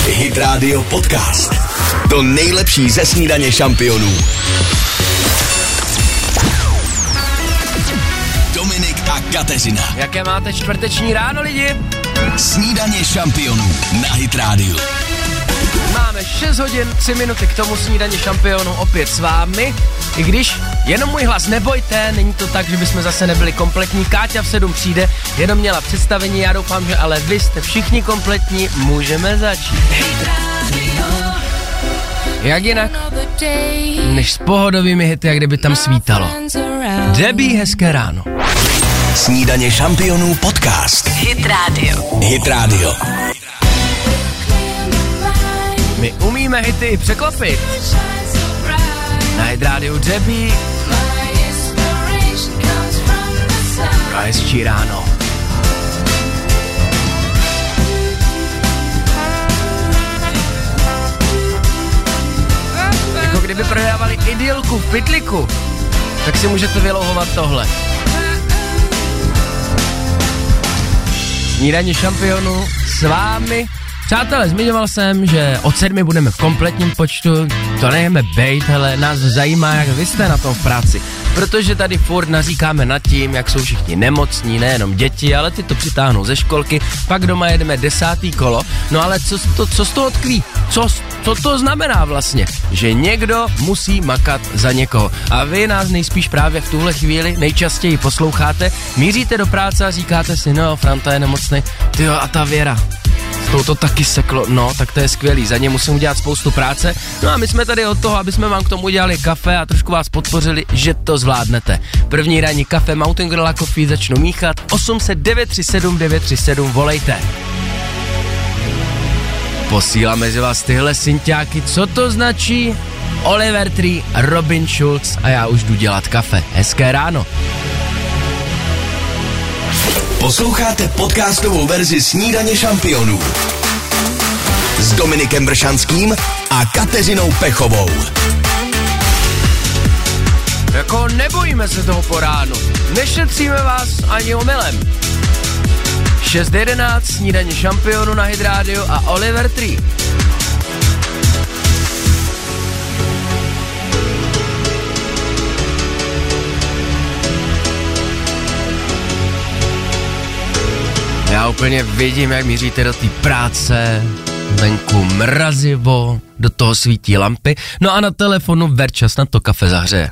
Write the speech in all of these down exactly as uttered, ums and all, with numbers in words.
Hit Radio Podcast. To nejlepší ze snídaně šampionů. Dominik a Kateřina. Jaké máte čtvrteční ráno, lidi? Snídaně šampionů na Hit Radio. Máme šest hodin, tři minuty k tomu snídaně šampionů opět s vámi. I když jenom můj hlas, nebojte, není to tak, že bychom zase nebyli kompletní. Káťa v sedm přijde, jenom měla představení, já doufám, že ale vy jste všichni kompletní, můžeme začít. Jak jinak, než s pohodovými hity, jak kdyby tam svítalo. Debbie, hezké ráno. Snídaně šampionů podcast. Hit Radio. Hit Radio. My umíme hity i překvapit. Na Hit Radio Debbie. A hezčí ráno. Jako kdyby prohrávali idylku v pytliku, tak si můžete vylouhovat tohle. Snídaně šampionů s vámi. Přátelé, zmiňoval jsem, že od sedmi budeme v kompletním počtu, to nejeme bejt, hele, nás zajímá, jak vy jste na tom v práci, protože tady furt naříkáme nad tím, jak jsou všichni nemocní, nejenom děti, ale ty to přitáhnou ze školky, pak doma jedeme desátý kolo, no ale co, to, co z toho tkví, co, co to znamená vlastně, že někdo musí makat za někoho a vy nás nejspíš právě v tuhle chvíli nejčastěji posloucháte, míříte do práce a říkáte si, no, Franta je nemocný, tyjo, a ta Věra. To, to taky seklo, no, tak to je skvělý, za ně musím udělat spoustu práce, no a my jsme tady od toho, aby jsme vám k tomu udělali kafe a trošku vás podpořili, že to zvládnete. První ranní kafe Mountain Gorilla Coffee začnu míchat, osm set devět tři sedm devět tři sedm, volejte. Posílám mezi vás tyhle synťáky, co to značí? Oliver Tree, Robin Schulz a já už jdu dělat kafe. Hezké ráno. Posloucháte podcastovou verzi Snídaně šampionů s Dominikem Bršanským a Kateřinou Pechovou. Jako nebojíme se toho po ránu, nešetříme vás ani omylem. šest jedenáct, Snídaně šampionů na Hit Radio a Oliver Tree. Já úplně vidím, jak míříte do té práce, venku mrazivo, do toho svítí lampy, no a na telefonu Verča snad to kafe zahřeje.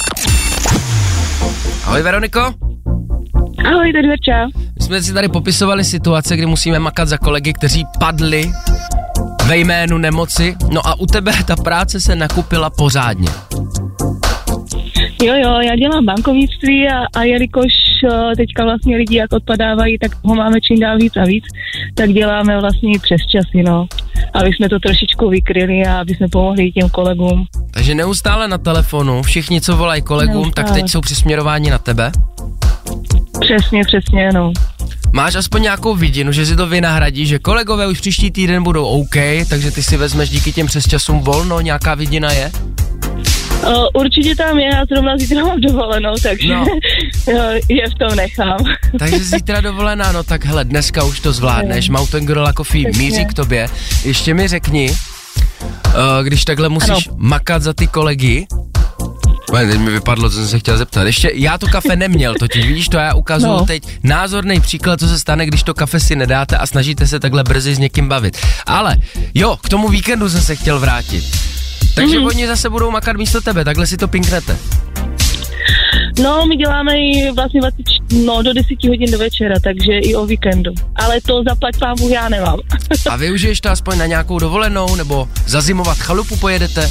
Ahoj Veroniko. Ahoj, tady Verča. My jsme si tady popisovali situace, kdy musíme makat za kolegy, kteří padli ve jménu nemoci, no a u tebe ta práce se nakupila pořádně. Jo, jo, já dělám bankovnictví a, a jelikož uh, teďka vlastně lidi jak odpadávají, tak ho máme čím dál víc a víc, tak děláme vlastně i přes časy, no. Aby jsme to trošičku vykryli a aby jsme pomohli těm kolegům. Takže neustále na telefonu, všichni, co volají kolegům, neustále. Tak teď jsou přisměrováni na tebe? Přesně, přesně, no. Máš aspoň nějakou vidinu, že si to vynahradí, že kolegové už příští týden budou OK, takže ty si vezmeš díky těm přesčasům volno, nějaká vidina je? Uh, určitě tam je, já zrovna zítra mám dovolenou, takže no. je v tom nechám. Takže zítra dovolená, no tak hele, dneska už to zvládneš, Mountain Gorilla Coffee míří k tobě. Ještě mi řekni, uh, když takhle musíš ano. makat za ty kolegy, teď mi vypadlo, co jsem se chtěl zeptat. Ještě já to kafe neměl, totiž vidíš to, já ukazuju no. teď názorný příklad, co se stane, když to kafe si nedáte a snažíte se takhle brzy s někým bavit. Ale jo, k tomu víkendu jsem se chtěl vrátit. Takže mm-hmm. oni zase budou makat místo tebe, takhle si to pinknete. No, my děláme i vlastně dvacet, no, do deseti hodin do večera, takže i o víkendu. Ale to zaplať pán Bůh já nemám. A využiješ to aspoň na nějakou dovolenou, nebo zazimovat chalupu pojedete?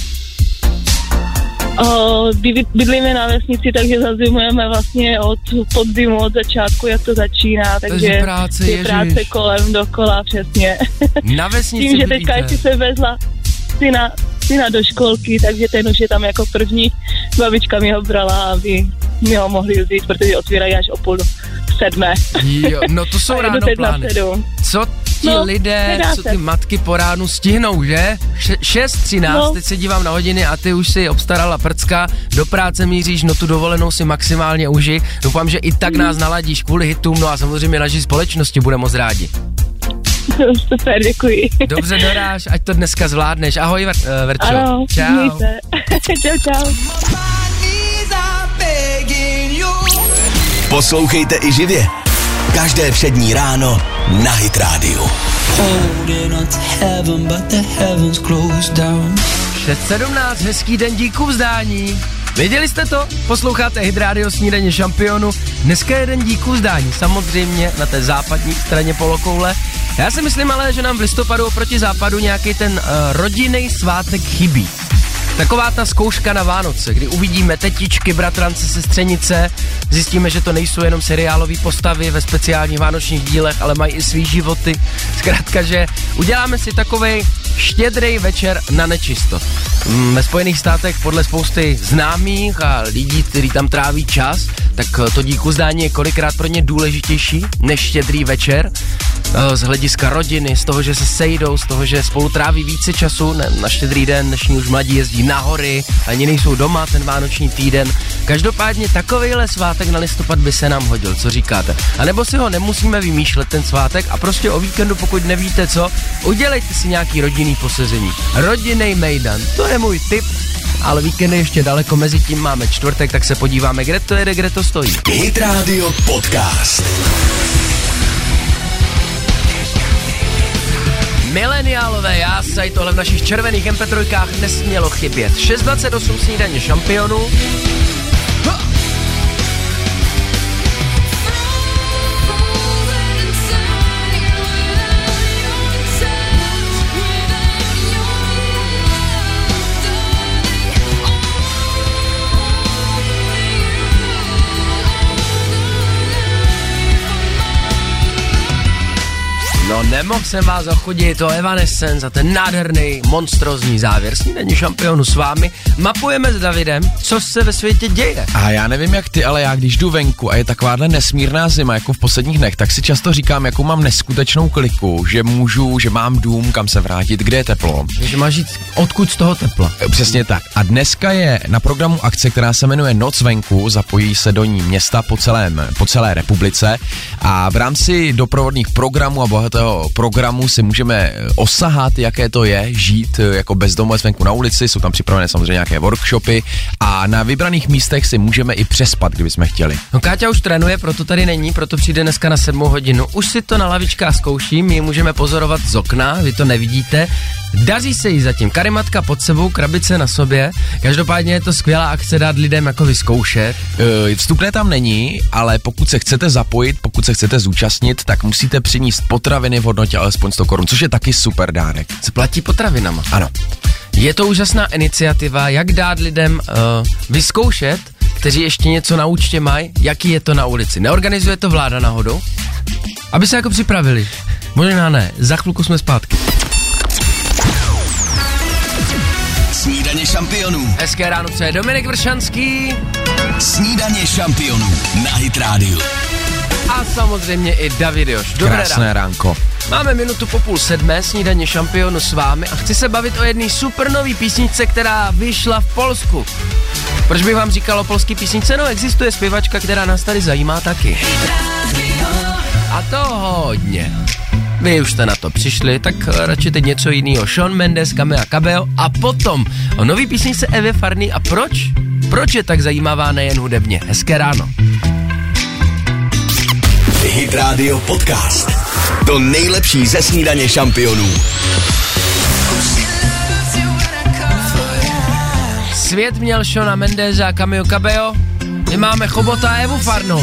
O, bydlíme na vesnici, takže zazimujeme vlastně od podzimu, od začátku, jak to začíná, takže práce, je práce kolem dokola, přesně. Na vesnici tím, že teďka ještě se vezla syna, syna do školky, takže ten už je tam jako první. Babička mi ho brala, aby mi ho mohli vzít, protože otvírají až o půl sedmé. Jo, no to jsou ráno plány. Co ti no, lidé, co ty se. matky po ránu stihnou, že? šest třináct, no. Teď se dívám na hodiny a ty už si obstarala prcka, do práce míříš, no tu dovolenou si maximálně uži. Doufám, že i tak nás naladíš kvůli hitům, no a samozřejmě naší společnosti bude moc rádi. No, super, děkuji. Dobře, doráž, ať to dneska zvládneš. Ahoj, Ver- uh, Verčo. Ano, čau. mějte. Čau, čau. Poslouchejte i živě. Každé všední ráno na Hit Radio. šest sedmnáct, hezký den, díku vzdání. Věděli jste to? Posloucháte Hit Radio, snídaně šampionu. Dneska je den díku vzdání, samozřejmě na té západní straně polokoule. Já si myslím ale, že nám v listopadu oproti západu nějaký ten uh, rodinný svátek chybí. Taková ta zkouška na Vánoce, kdy uvidíme tetičky, bratrance, sestřenice, zjistíme, že to nejsou jenom seriálové postavy ve speciálních vánočních dílech, ale mají i svý životy. Zkrátka, že uděláme si takovej štědrý večer na nečisto. Ve Spojených státech podle spousty známých a lidí, kteří tam tráví čas, tak to díku zdání je kolikrát pro ně důležitější než štědrý večer. Z hlediska rodiny, z toho, že se sejdou, z toho, že spolu tráví více času. Ne, na štědrý den dnešní už mladí jezdí na hory, ani nejsou doma ten vánoční týden. Každopádně takovejhle svátek na listopad by se nám hodil, co říkáte? A nebo si ho nemusíme vymýšlet ten svátek a prostě o víkendu, pokud nevíte co, udělejte si nějaký rodinný posezení. Rodinný mejdan, to je můj tip, ale víkend je ještě daleko, mezi tím máme čtvrtek, tak se podíváme, kde to jede, kde to stojí. Hit Radio Podcast. Mileniálové jásaj, tohle v našich červených em pé tři nesmělo chybět. šest dvacet osm snídaně šampionu. No nemohl jsem vás ochudit, to Evanescence a ten nádherný, monstrózní závěr snídaní šampionu s vámi. Mapujeme s Davidem, co se ve světě děje. A já nevím jak ty, ale já když jdu venku a je takováhle nesmírná zima jako v posledních dnech, tak si často říkám, jakou mám neskutečnou kliku, že můžu, že mám dům, kam se vrátit, kde je teplo. Že máš říct, odkud z toho tepla. Přesně tak. A dneska je na programu akce, která se jmenuje Noc venku, zapojí se do ní města po, celém, po celé republice a v rámci doprovodných programů a bohatého programu si můžeme osahat, jaké to je žít jako bezdomovec venku na ulici, jsou tam připravené samozřejmě nějaké workshopy a na vybraných místech si můžeme i přespat, kdybychom chtěli. No Káťa už trénuje, proto tady není, proto přijde dneska na sedmou hodinu. Už si to na lavičkách zkouší, my ji můžeme pozorovat z okna, vy to nevidíte. Daří se jí zatím, karimatka pod sebou, krabice na sobě, každopádně je to skvělá akce dát lidem jako vyzkoušet. E, vstupné tam není, ale pokud se chcete zapojit, pokud se chcete zúčastnit, tak musíte přinést potraviny v hodnotě alespoň sto korun, což je taky super dárek. Se platí potravinama. Ano. Je to úžasná iniciativa, jak dát lidem uh, vyzkoušet, kteří ještě něco na účtě mají, jaký je to na ulici. Neorganizuje to vláda náhodou? Aby se jako připravili. Možná ne, za chvilku jsme zpátky. Snídaně šampionů. Hezké ráno, co je Dominik Vršanský. Snídaně šampionů na Hit Radio. A samozřejmě i David Još. Dobré Krásné ráno. ránko. Máme minutu po půl sedmé, snídaně šampionu s vámi a chci se bavit o jedné super nový písničce, která vyšla v Polsku. Proč bych vám říkal o polský písničce? No, existuje zpěvačka, která nás tady zajímá taky. A to hodně. Vy už jste na to přišli, tak radši teď něco jiného. Shawn Mendes, Camila Cabello a potom o nový písničce Evy Farný. A proč? Proč je tak zajímavá nejen hudebně? Hezké ráno. Hit Radio Podcast. To nejlepší ze snídaně šampionů. Svět měl Shawna Mendese a Camilu Cabello. My máme Chobota a Evu Farnou.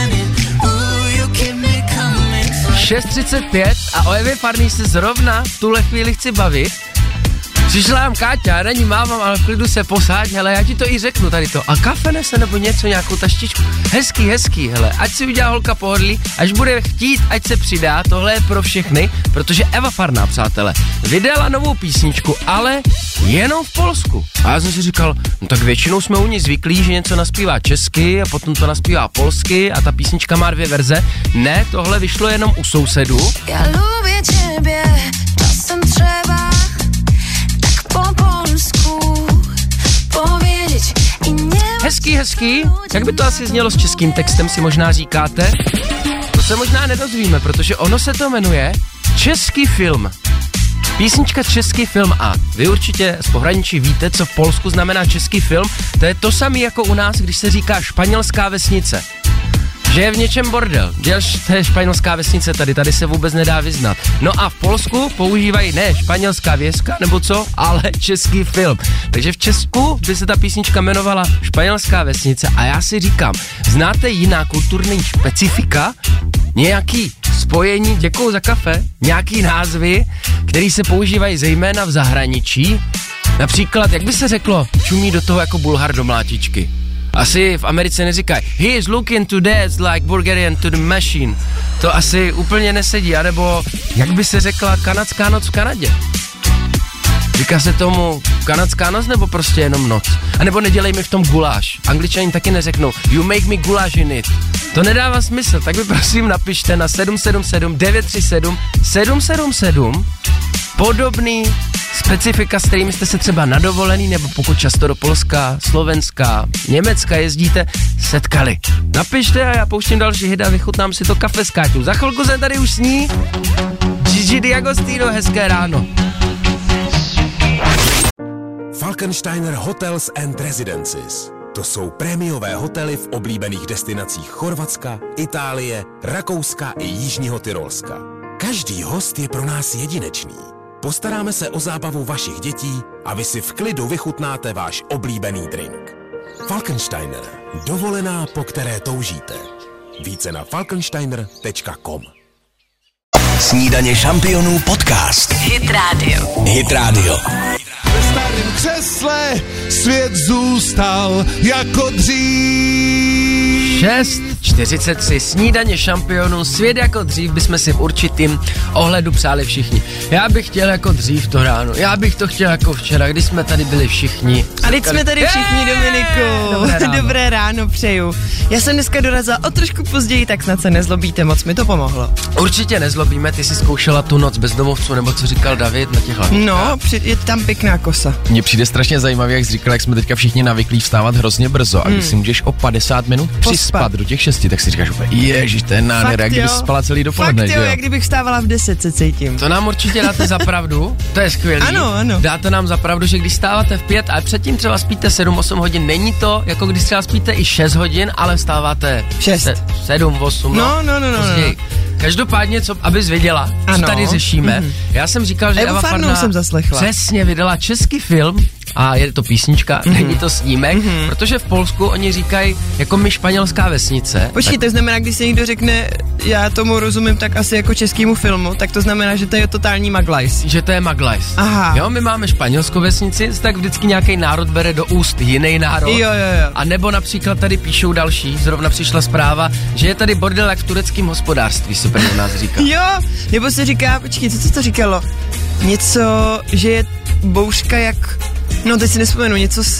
šest třicet pět a o Evě Farný se zrovna v tuhle chvíli chci bavit. Přišla nám Káťa, na ní mávám, ale v klidu se posáď, hele, já ti to i řeknu tady to. A kafe nese nebo něco, nějakou taštičku. Hezký, hezký, hele, ať si udělá holka pohodlí, až bude chtít, ať se přidá, tohle je pro všechny, protože Eva Farná, přátelé, vydala novou písničku, ale jenom v Polsku. A já jsem si říkal, no tak většinou jsme u ní zvyklí, že něco naspívá česky a potom to naspívá polsky a ta písnička má dvě verze. Ne, tohle vyšlo jenom u sousedů. Já lubię ciebie, czasem trzeba po polsku powiedzieć i nie. Hezký, hezký, jak by to asi znělo s českým textem, si možná říkáte. To se možná nedozvíme, protože ono se to jmenuje Český film. Písnička Český film a vy určitě z pohraničí víte, co v Polsku znamená český film. To je to samé jako u nás, když se říká španělská vesnice. Že je v něčem bordel, že to je španělská vesnice tady, tady se vůbec nedá vyznat. No a v Polsku používají ne španělská věska nebo co, ale český film. Takže v Česku by se ta písnička jmenovala Španělská vesnice a já si říkám, znáte jiná kulturní specifika, nějaký spojení, děkuju za kafe, nějaký názvy, který se používají zejména v zahraničí, například, jak by se řeklo, čumí do toho jako Bulhar do mlátičky. Asi v Americe neříkají, he is looking to dance like Bulgarian to the machine. To asi úplně nesedí, anebo jak by se řekla kanadská noc v Kanadě. Říká se tomu kanadská noc nebo prostě jenom noc? A nebo nedělej mi v tom guláš. Angličani taky neřeknou, you make me guláš in it. To nedává smysl, tak vy prosím napište na sedm sedm sedm devět tři sedm sedm sedm sedm podobný specifika, s kterými jste se třeba na dovolený, nebo pokud často do Polska, Slovenska, Německa jezdíte, setkali. Napište a já pouštím další hit a vychutnám si to kafe s Káťou. Za chvilku jsem tady už sní. Gigi D'Agostino, hezké ráno. Falkensteiner Hotels and Residences. To jsou prémiové hotely v oblíbených destinacích Chorvatska, Itálie, Rakouska i Jižního Tyrolska. Každý host je pro nás jedinečný. Postaráme se o zábavu vašich dětí a vy si v klidu vychutnáte váš oblíbený drink. Falkensteiner. Dovolená, po které toužíte. Více na falkensteiner tečka com. Snídaně šampionů podcast. Hit Radio. Hit Radio. Ve starém křesle svět zůstal jako dřív. šest čtyřicet tři, snídaně šampionů, svět jako dřív bychom si v určitým ohledu přáli všichni. Já bych chtěl jako dřív to ráno, já bych to chtěl jako včera, když jsme tady byli všichni. A teď jsme tady všichni, Dominiku. Dobré ráno. Dobré ráno přeju. Já jsem dneska dorazila o trošku později, tak snad se nezlobíte, moc mi to pomohlo. Určitě nezlobíme, ty jsi zkoušela tu noc bezdomovců, nebo co říkal David na těch hlavních. No, při, je tam pěkná kosa. Mně přijde strašně zajímavý, jak jsi říkal, jak jsme teďka všichni navyklí vstávat hrozně brzo a když Hmm. si můžeš o padesát minut přispat do těch šesti, tak si říkáš úplně, ježiš, to je nádhera, jak kdyby spala celý dopoledne, Fakt že jo, jo? jak kdybych vstávala v deset, se cítím. To nám určitě dáte za pravdu, to je skvělý. Ano, ano. Dáte nám za pravdu, že když stáváte v pět a předtím třeba spíte sedm osm hodin, není to jako když třeba spíte i šest hodin, ale vstáváte Šest. se, sedm osm. No, no, no, no, později. Každopádně, co, abys věděla, Ano. co tady řešíme, Mhm. já jsem říkal, že Evu Eva Farnou Farná jsem zaslechla. přesně vydala český film a je to písnička, Mhm. není to snímek, protože v Polsku oni říkají jako my španělská vesnice. Počkej, to znamená, když se někdo řekne, já tomu rozumím tak asi jako českému filmu, tak to znamená, že to je totální maglajs. Že to je maglajs. Aha. Jo, my máme španělskou vesnici, tak vždycky nějaký národ bere do úst jiný národ. Jo, jo, jo. A nebo například tady píšou další, zrovna přišla zpráva, že je tady bordel jak v tureckém hospodářství, se prý u nás říká. Jo, nebo se říká, počkej, co, co to říkalo? Něco, že je bouřka jak, no teď si nespomenu, něco s...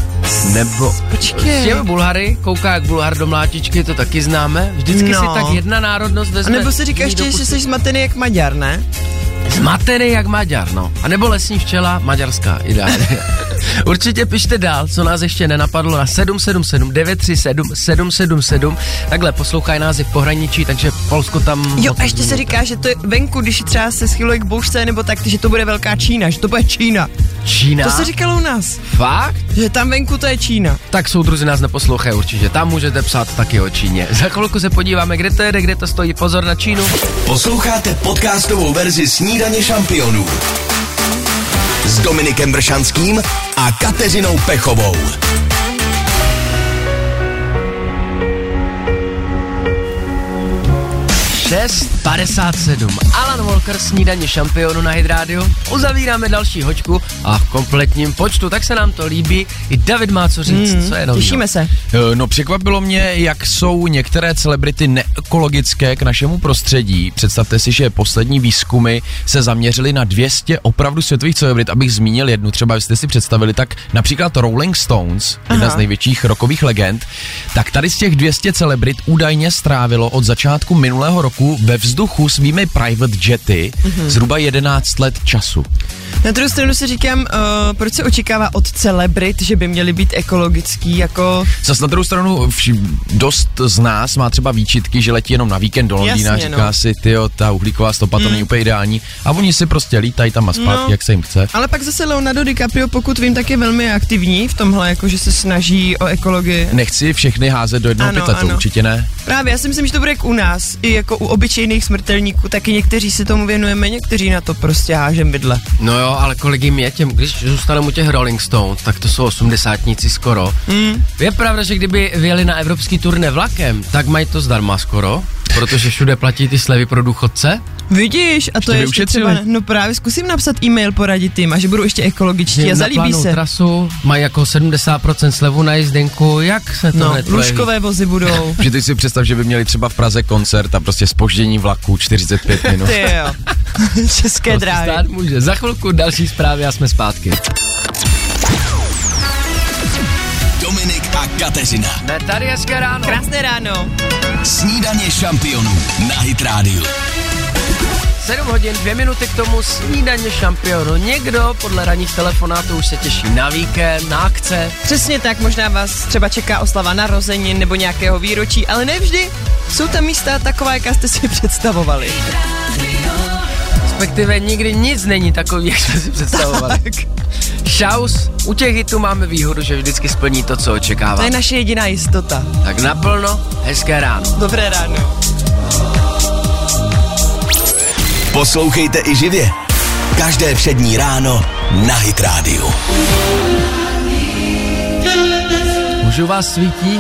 Nebo Počkej. s těmi Bulhary, kouká jak Bulhar do mlátičky, to taky známe. Vždycky No. si tak jedna národnost A vezme. nebo se říká jiný ještě, do že pusy. jsi zmatený jak Maďar, ne? Zmatený jak Maďar, no. A nebo lesní včela, maďarská, ideálně. Určitě pište dál, co nás ještě nenapadlo na sedm sedm sedm devět tři sedm sedm sedm sedm. Takhle, poslouchají nás i v pohraničí, takže Polsko tam... Jo, moc a ještě se nezmíníte. říká, že to je venku, když třeba se schyluje k bouřce, nebo tak, že to bude velká Čína, že to bude Čína. Čína? To se říkalo u nás, Fakt? že tam venku to je Čína. Tak soudruzi nás neposlouchají určitě, tam můžete psát taky o Číně. Za chvilku se podíváme, kde to jede, kde to stojí, pozor na Čínu. Posloucháte podcastovou verzi Snídaně šampionů s Dominikem Bršanským a Kateřinou Pechovou. šest padesát sedm. Alan Walker, Snídaně šampionu na Hit Radio. Uzavíráme další hoďku a v kompletním počtu, tak se nám to líbí. I David má co říct, Mm, co je novýho. těšíme se. No překvapilo mě, jak jsou některé celebrity neekologické k našemu prostředí. Představte si, že poslední výzkumy se zaměřily na dvě stě opravdu světových celebrit, abych zmínil jednu, třeba byste si představili, tak například Rolling Stones, jedna Aha. z největších rockových legend, tak tady z těch dvě stě celebrit údajně strávilo od začátku minulého roku ve vzduchu svými private jety mm-hmm. zhruba jedenáct let času. Na druhou stranu si říkám, uh, proč se očekává od celebrit, že by měli být ekologický, jako... Zas na druhou stranu vši, dost z nás má třeba výčitky, že letí jenom na víkend do Londýna, Jasně, říká no. si, tyjo, ta uhlíková stopa, to Mm. není úplně ideální. A oni si prostě lítají tam a zpátky, No. jak se jim chce. Ale pak zase Leonardo DiCaprio, pokud vím, tak je velmi aktivní v tomhle, jako že se snaží o ekologii. Nechci všechny házet do jednoho Ano, pytle, to ano. určitě ne. Právě, já si myslím, že to bude jak u nás, i jako u obyčejných smrtelníků, taky někteří si tomu věnujeme, někteří na to prostě hážem bydle. No jo, ale kolik jim je těm, když zůstaneme u těch Rolling Stones, tak to jsou osmdesátníci skoro. Mm. Je pravda, že kdyby vyjeli na evropský turné vlakem, tak mají to zdarma skoro, protože všude platí ty slevy pro důchodce. Vidíš, a to by je ještě ušetřili. třeba, no právě zkusím napsat e-mail, poradit jim a že budou ještě ekologičtí Že a zalíbí naplánou se. trasu, mají jako sedmdesát procent slevu na jízdenku, jak se to No, hned projeví? lůžkové vozy budou. Že ty si představ, že by měli třeba v Praze koncert a prostě zpoždění vlaku čtyřicet pět minut. Ty jo. České To se dráhy. stát může. Za chvilku další zprávy a jsme zpátky. Dominik a Kateřina. Ne, tady hezké ráno. Krásné ráno. Snídaně šampionů na Hit Radio. sedm hodin, dvě minuty k tomu snídaně šampionu. Někdo podle ranních telefonátů už se těší na víkend, na akce. Přesně tak, možná vás třeba čeká oslava narozenin nebo nějakého výročí, ale nevždy jsou tam místa taková, jaká jste si představovali. Respektive nikdy nic není takový, jak jsme si představovali. Šaus, u těch hitů máme výhodu, že vždycky splní to, co To očekává. je naše jediná jistota. Tak naplno, hezké ráno. Dobré ráno. Poslouchejte i živě. Každé všední ráno na Hit Radio. Můžu vás svítí?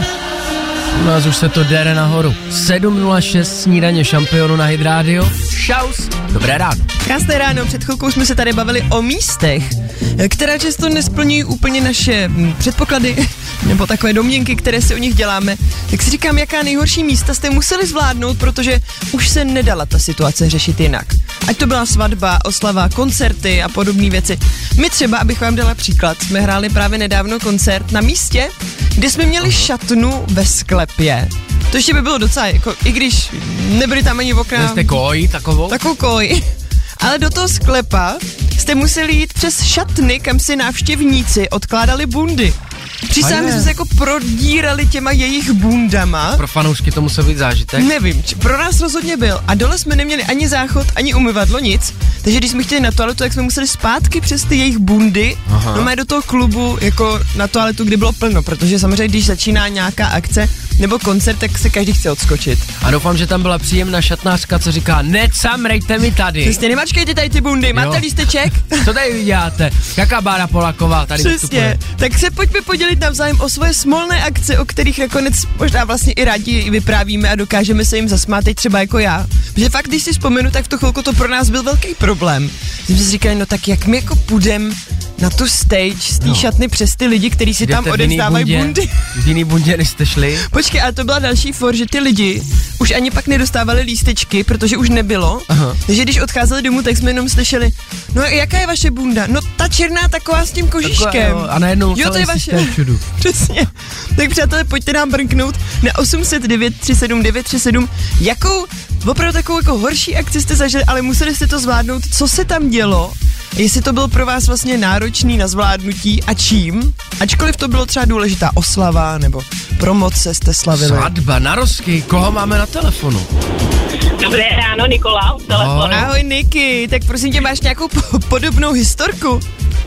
U nás už se to dere nahoru. sedm nula šest snídaně šampionu na Hit Radio. Šaus, dobré ráno. Krásné ráno, před chvilkou jsme se tady bavili o místech, která často nesplňují úplně naše hm, předpoklady, nebo takové domněnky, které si o nich děláme. Tak si říkám, jaká nejhorší místa jste museli zvládnout, protože už se nedala ta situace řešit jinak. Ať to byla svatba, oslava, koncerty a podobné věci. My třeba, abych vám dala příklad, jsme hráli právě nedávno koncert na místě, kde jsme měli šatnu ve sklepě. To ještě by bylo docela, jako, i když nebyly tam ani okna. Jste koj takovou? Takovou koj. Ale do toho sklepa jste museli jít přes šatny, kam si návštěvníci odkládali bundy. Přísahám, že jsme se jako prodírali těma jejich bundama. Pro fanoušky to musel být zážitek. Nevím, či, pro nás rozhodně byl. A dole jsme neměli ani záchod, ani umyvadlo, nic. Takže když jsme chtěli na toaletu, tak jsme museli zpátky přes ty jejich bundy, Aha. no mé do toho klubu, jako na toaletu, kdy bylo plno. Protože samozřejmě, když začíná nějaká akce nebo koncert, tak se každý chce odskočit. A doufám, že tam byla příjemná šatnářka, co říká, necamrejte mi tady. Přesně, nemačkejte tady ty bundy, máte Jo. lísteček? Co tady děláte? Jaká Bára Polaková tady Přesně, vystupuje? tak se pojďme podělit navzájem o svoje smolné akce, o kterých nakonec možná vlastně i rádi vyprávíme a dokážeme se jim zasmát, teď třeba jako já. Protože fakt, když si vzpomenu, tak v tu chvilku to pro nás byl velký problém. Jsme si říkali, no tak jak my jako půjdem na tu stage z té No. šatny přes ty lidi, kteří si tam Jdete v jiný odevzdávají bundě, bundy. V jiný bundě, než jste šli. Počkej, a to byla další for, že ty lidi už ani pak nedostávali lístečky, protože už nebylo. Aha. Takže když odcházeli domů, tak jsme jenom slyšeli, no jaká je vaše bunda? No ta černá taková s tím kožiškem. jo, a najednou jo, to celý je vaše. systém čudu. Přesně. Tak přátelé, pojďte nám brnknout na osm set devět tři sedm devět tři sedm. Jakou, opravdu takovou jako horší akci jste zažili, ale museli jste to zvládnout, co se tam dělo? Jestli to byl pro vás vlastně náročný na zvládnutí a čím? Ačkoliv to bylo třeba důležitá oslava nebo promoce jste slavili. Svatba, narozky, koho máme na telefonu? Dobré ráno, Nikola, u telefonu. Ahoj Niky, tak prosím tě, máš nějakou po- podobnou historku?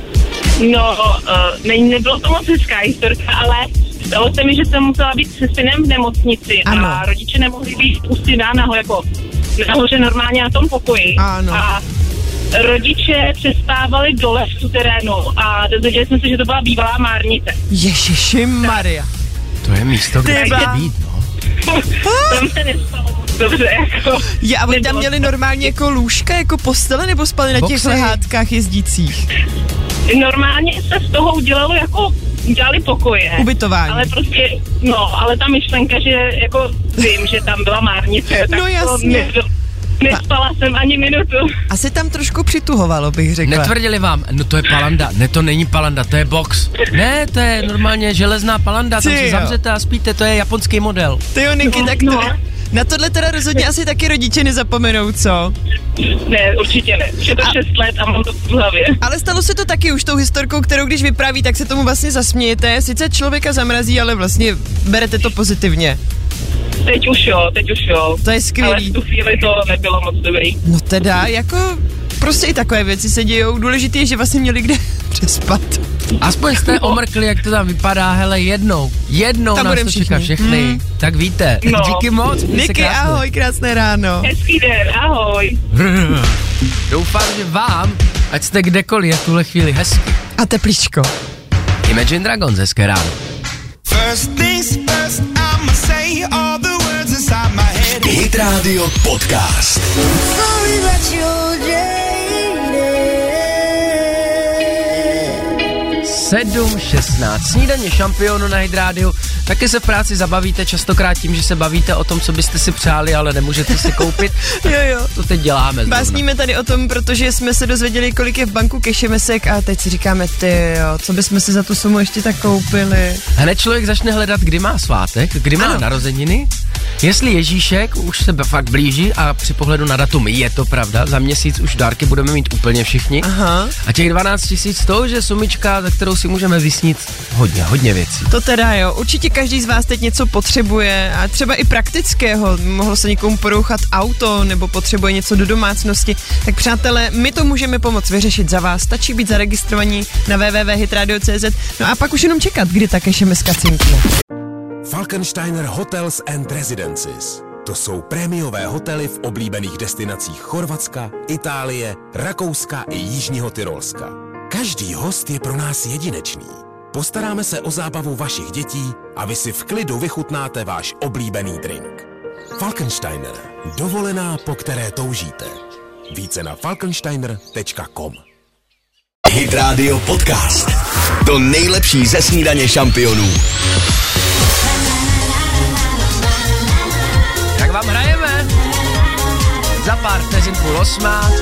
No, uh, ne, nebylo to moc hezká historka, ale stalo se mi, že jsem musela být se synem v nemocnici Ano. a rodiče nemohli být u syna naho, jako nahoře normálně na tom pokoji. Ano. A rodiče přespávali dole v suterénu a dozvěděli jsme se, že to byla bývalá márnice. Ježiši Maria. To je místo, kde Ty chce bá. být, no. Tam se nestalo dobře, jako... Já, a oni tam nebylo měli to- normálně jako lůžka, jako postele, nebo spali na těch Boxy. lehátkách jezdících? Normálně se z toho udělalo jako, dělali pokoje. Ubytování. Ale prostě, no, ale ta myšlenka, že jako vím, že tam byla márnice, tak No to jasně. nebyl, nespala jsem ani minutu. Asi tam trošku přituhovalo, bych řekla. Netvrdili vám, no to je palanda, ne to není palanda, to je box. Ne, to je normálně železná palanda, tam Ty se jo. zavřete a spíte, to je japonský model. Ty jo, Niky, No, tak to, no. Na tohle teda rozhodně asi taky rodiče nezapomenou, co? Ne, určitě ne. Už je to šest let a mám to v hlavě. Ale stalo se to taky už tou historkou, kterou když vypráví, tak se tomu vlastně zasmějete. Sice člověka zamrazí, ale vlastně berete to pozitivně. Teď už jo, teď už jo. To je skvělý. Ale v tu chvíli to nebylo moc dobrý. No teda, jako prostě i takové věci se dějou. Důležité je, že vlastně měli kde přespat. Aspoň jste omrkli, jak to tam vypadá, hele, jednou, jednou Tam nás budem to všichni. čeká všechny, hmm. tak víte. No. Díky moc, měj se Niky, krásně. ahoj, krásné ráno. Hezký den, ahoj. Doufám, že vám, ať jste kdekoliv, je v tuhle chvíli hezky. A teplíčko. Imagine Dragons, hezké ráno. First things first, I'ma say all the words inside my head. Hit Radio Podcast. Sorry that you're jaded. sedm šestnáct. Snídaně šampionu na Hit Radio. Taky se v práci zabavíte častokrát tím, že se bavíte o tom, co byste si přáli, ale nemůžete si koupit. Jo, jo. To teď děláme. zrovna. Básníme tady o tom, protože jsme se dozvěděli, kolik je v banku kešemesek a teď si říkáme, ty jo, co bychom si za tu sumu ještě tak koupili. Hned člověk začne hledat, kdy má svátek, kdy má Ano. narozeniny, jestli Ježíšek už se fakt blíží a při pohledu na datum je to pravda, za měsíc už dárky budeme mít úplně všichni. Aha. A těch dvanáct tisíc to už je sumička, za kterou si můžeme vysnít hodně, hodně věcí. To teda jo, určitě každý z vás teď něco potřebuje a třeba i praktického, mohlo se někomu porouchat auto nebo potřebuje něco do domácnosti, tak přátelé, my to můžeme pomoct vyřešit za vás, stačí být zaregistrovaní na w w w tečka hitradio tečka c z, no a pak už jenom čekat, kdy ta kešemeska cinkne. Falkensteiner Hotels and Residences. To jsou prémiové hotely v oblíbených destinacích Chorvatska, Itálie, Rakouska i Jižního Tyrolska. Každý host je pro nás jedinečný. Postaráme se o zábavu vašich dětí a vy si v klidu vychutnáte váš oblíbený drink. Falkensteiner. Dovolená, po které toužíte. Více na falkensteiner tečka com. Hit Radio Podcast. To nejlepší ze snídaně šampionů. Tak vám hrajeme. Za pár vteřin půl osmá.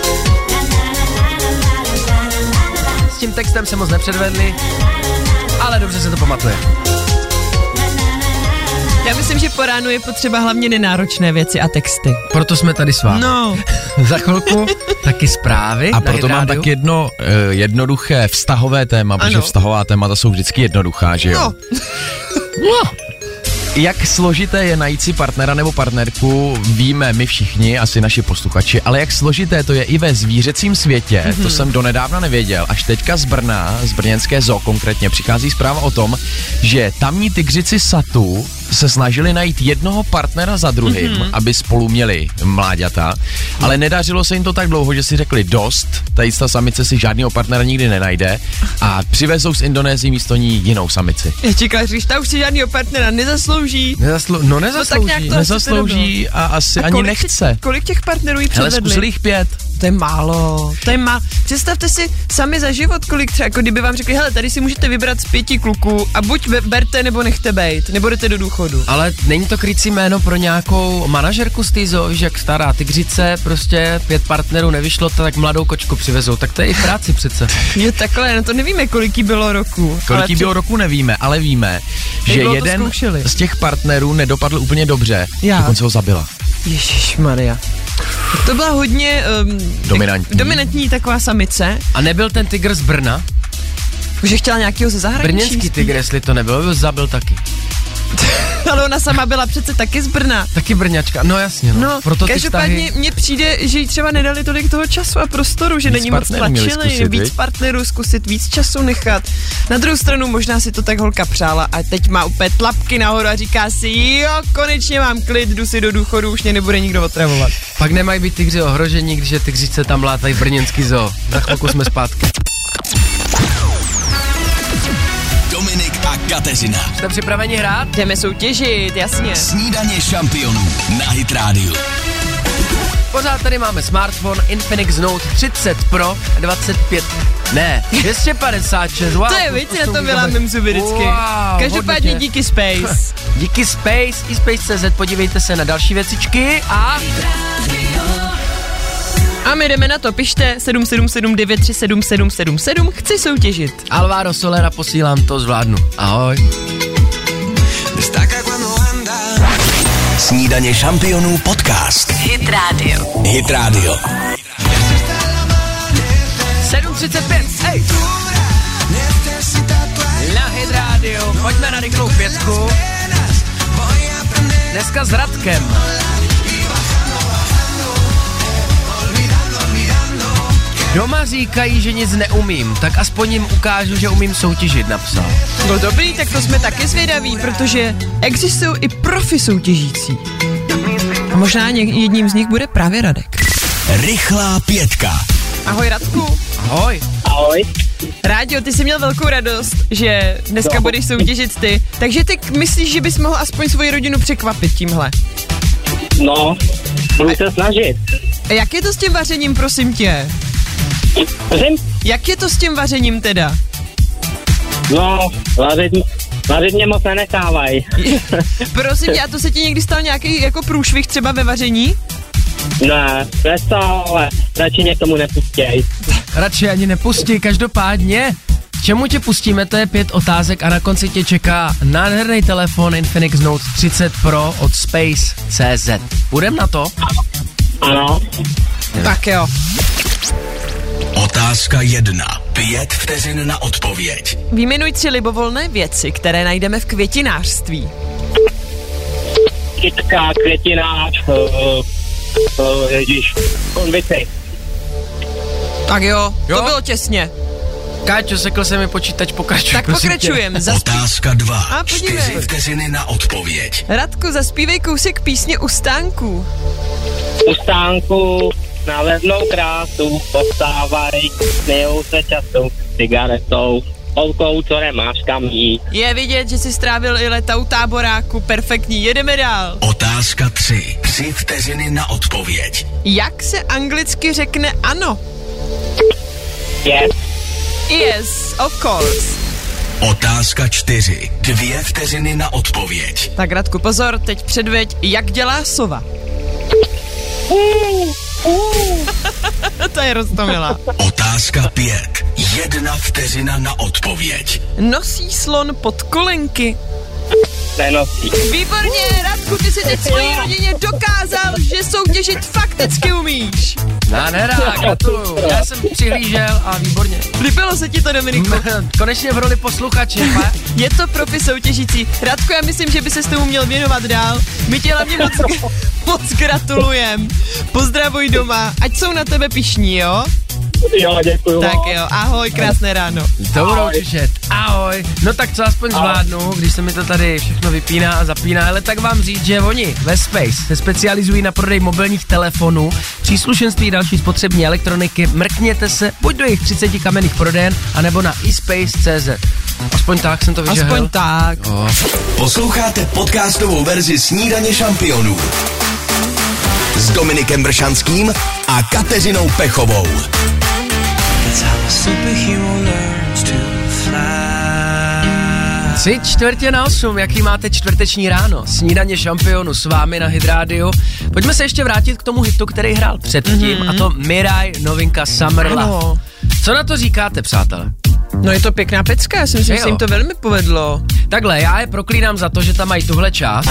S tím textem se moc nepředvedli, ale dobře se to pamatuje. Já myslím, že po ránu je potřeba hlavně nenáročné věci a texty. Proto jsme tady s vámi. No. Za chvilku taky zprávy. A na proto Hit mám Radio. tak jedno uh, jednoduché vztahové téma, protože Ano. vztahová témata jsou vždycky jednoduchá, že jo? No. No. Jak složité je najít si partnera nebo partnerku, víme my všichni, asi naši posluchači, ale jak složité to je i ve zvířecím světě, mm-hmm. to jsem donedávna nevěděl. Až teďka z Brna, z brněnské zoo konkrétně, přichází zpráva o tom, že tamní tygřici Satu se snažili najít jednoho partnera za druhým, mm-hmm. aby spolu měli mláďata, ale nedařilo se jim to tak dlouho, že si řekli dost, tady ta samice si žádného partnera nikdy nenajde a přivezou z Indonésie místo ní jinou samici. Já čekala, že ta už si žádného partnera nezaslouží. Nezaslu- no nezaslouží. No tak nějak to- Nezaslouží a asi A ani kolik nechce. Těch, kolik těch partnerů jí Hele, předvedli? zkusili jich pět. To je málo, to je málo. Představte si sami za život, kolik třeba, jako kdyby vám řekli, hele, tady si můžete vybrat z pěti kluků a buď berte, nebo nechte bejt, nebo jdete do důchodu. Ale není to krycí jméno pro nějakou manažerku z té zoo, že jak stará tygřice, prostě pět partnerů nevyšlo, tak mladou kočku přivezou, tak to je i v práci přece. Je takhle, no to nevíme, kolik jí bylo roku. Kolik jí bylo roku nevíme, ale víme, že dlouho to jeden zkoušeli? z těch partnerů nedopadl úplně dobře. Já. Dokonce ho zabila. Ježišmarja. To byla hodně um, Dominantní. dominantní taková samice, A nebyl ten tygr z Brna? že chtěla nějakého ze zahraničí. Brněnský tygr, jestli to nebyl, byl zabil taky. Ale ona sama byla přece taky z Brna. Taky Brňačka, no jasně, no. No, Proto ty každopádně vztahy... mně přijde, že jí třeba nedali tolik toho času a prostoru, že Víc není moc partnerů měli tlačili, zkusit, víc viď? partnerů zkusit, víc času nechat. Na druhou stranu možná si to tak holka přála a teď má úplně tlapky nahoru a říká si, jo, konečně mám klid, jdu si do důchodu, už mě nebude nikdo otravovat. Pak nemají být tygři ohrožení, když je tygřice tam látají v brněnský zoo. Za chvilku jsme zpátky. Dominik a Kateřina. Jste připraveni hrát? Jdeme soutěžit, jasně. Snídaně šampionů na Hit Radio. Pořád tady máme smartphone Infinix Note třicet Pro dvacet pět, ne, dvě stě padesát šest, wow. To je, víc, na to vůbec- vylámím zuby vždycky. Wow, Každopádně hodnotě. díky Space. Díky Space, i Space tečka cé zet, podívejte se na další věcičky a... A my jdeme na to, pište sedm sedm sedm devět tři sedm sedm sedm sedm, chci soutěžit. Alvaro Solera, posílám to, zvládnu. Ahoj. Snídaně šampionů podcast. Hit Radio. Hit Radio. sedm třicet pět, hej! Na Hit Radio, pojďme na rychlou pětku. Dneska s Radkem. Doma říkají, že nic neumím, tak aspoň jim ukážu, že umím soutěžit, napsal. No dobrý, tak to jsme taky zvědaví, protože existují i profi soutěžící. A možná něk- jedním z nich bude právě Radek. Rychlá pětka. Ahoj Radku. Ahoj. Ahoj. Rádio, ty jsi měl velkou radost, že dneska no. budeš soutěžit ty, takže ty myslíš, že bys mohl aspoň svoji rodinu překvapit tímhle? No, budu se snažit. A jak je to s tím vařením, prosím tě? Prosím? Jak je to s tím vařením teda? No, vařit, vařit mě moc nenechávají. Prosím tě, a to se ti někdy stal nějaký jako průšvih třeba ve vaření? Ne, nestal, ale radši mě k tomu nepustěj. Radši ani nepustí, každopádně. Čemu tě pustíme, to je pět otázek a na konci tě čeká nádherný telefon Infinix Note třicet Pro od Space tečka cé zet. Budem na to? Ano. Tak jo. Otázka jedna. Pět vteřin na odpověď. Vyjmenuj tři libovolné věci, které najdeme v květinářství. Kytka, květinář, uh, uh, ježíš, konvici. Tak jo, jo, to bylo těsně. Káťo, sekl se mi počítač, pokračuj. Tak pokračujem. Zaspí... Otázka dva. A podívej. Čtyři vteřiny na odpověď. Radku, zaspívej kousek písně U stánku. U stánku na levnou krásu postávají, smějou se času cigaretou, holkou, co nemáš kam jít. Je vidět, že jsi strávil i leta u táboráku, perfektní, jedeme dál. Otázka tři. Tři vteřiny na odpověď. Jak se anglicky řekne ano? Yes. Yes, of course. Otázka čtyři. Dvě vteřiny na odpověď. Tak Radku, pozor, teď předveď, jak dělá sova. Uh, uh. To je roztomilá. Otázka pět. Jedna vteřina na odpověď. Nosí slon pod kolenky? Nenosí. Výborně, Radku, ty si teď svojí rodině dokázal, že soutěžit fakticky umíš. Nádhera, gratuluju. Já jsem přihlížel a výborně. Líbilo se ti to, Dominiku? Konečně v roli posluchače, pa? Je to profi soutěžící. Radku, já myslím, že by se s tomu měl věnovat dál. My tě hlavně moc, moc gratulujem. Pozdravuj doma, ať jsou na tebe pyšní, jo? Jo, děkuju. Tak jo, ahoj, krásné ráno. To budou těšet. Ahoj. No tak co aspoň zvládnu, když se mi to tady všechno vypíná a zapíná, ale tak vám říct, že oni ve Space se specializují na prodej mobilních telefonů, příslušenství další spotřební elektroniky. Mrkněte se buď do jejich třiceti kamenných prodejen, anebo na i space tečka cé zet. Aspoň tak jsem to vyžehl. Aspoň tak. Oh. Posloucháte podcastovou verzi Snídaně šampionů s Dominikem Bršanským a Kateřinou Pechovou. Tři čtvrtě na osm, jaký máte čtvrteční ráno? Snídaně šampionu s vámi na Hit Radio. Pojďme se ještě vrátit k tomu hitu, který hrál předtím, mm-hmm. a to Mirai, novinka Summer Love. Ano. Co na to říkáte, přátelé? No je to pěkná pecka, já si myslím, že se jim to velmi povedlo. Takhle, já je proklínám za to, že tam mají tuhle část.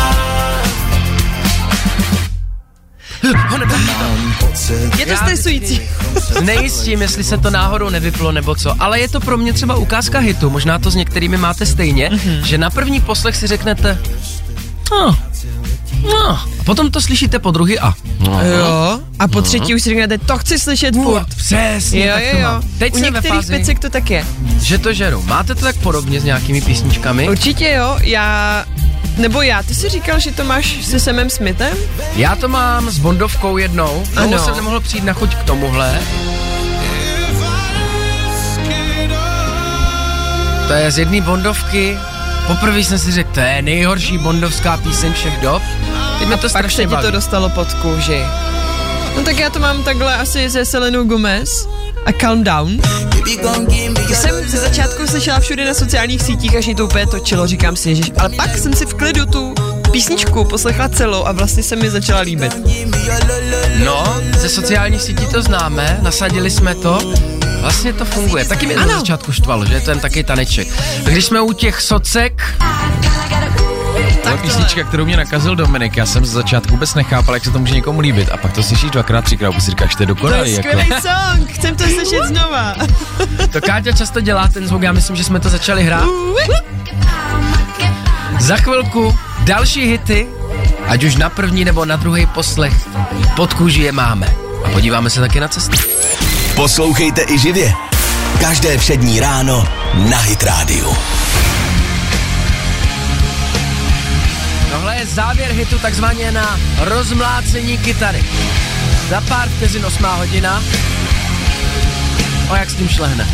Je to stresující. Nejistím, jestli se to náhodou nevyplo nebo co, ale je to pro mě třeba ukázka hitu, možná to s některými máte stejně, mm-hmm. že na první poslech si řeknete no, no, a potom to slyšíte po druhý a no, jo, a po třetí už si řeknete, to chci slyšet furt. Přesně, jo, tak jo, to jo. mám. Teď U jsem ve některých fázi, pecek to tak je. že to žeru. Máte to tak podobně s nějakými písničkami? Určitě jo, já... Nebo já, ty jsi říkal, že to máš se Samem Smithem? Já to mám s Bondovkou jednou, dlouho jsem nemohl přijít na chuť k tomuhle. To je z jedné Bondovky. Poprvé jsem si řekl, to je nejhorší bondovská píseň všech dob. Teď mi to pak se ti to dostalo pod kůži. No tak já to mám takhle asi se Selenou Gomez a Calm Down. To jsem ze začátku slyšela všude na sociálních sítích, až mě to úplně točilo, říkám si, ježiš. Ale pak jsem si v klidu tu písničku poslechla celou a vlastně se mi začala líbit. No, ze sociálních sítí to známe, nasadili jsme to, vlastně to funguje. Taky mě to na začátku štvalo, že je to jen taky taneček. Když jsme u těch socek, byla písnička, kterou mě nakazil Dominik. Já jsem z začátku vůbec nechápal, jak se to může někomu líbit. A pak to slyšíš dvakrát, třikrát, už si říkáš, to je dokonalý. To je jako. skvělý song, chcem to slyšet znova. To Káťa často dělá ten zvuk, já myslím, že jsme to začali hrát. Za chvilku další hity, ať už na první nebo na druhý poslech, pod kůži je máme. A podíváme se taky na cestu. Poslouchejte i živě. Každé všední ráno na Hit Radio. Tohle je závěr hitu takzvaně na rozmlácení kytary. Za pár vteřin osmá hodina. O jak s tím šlehne.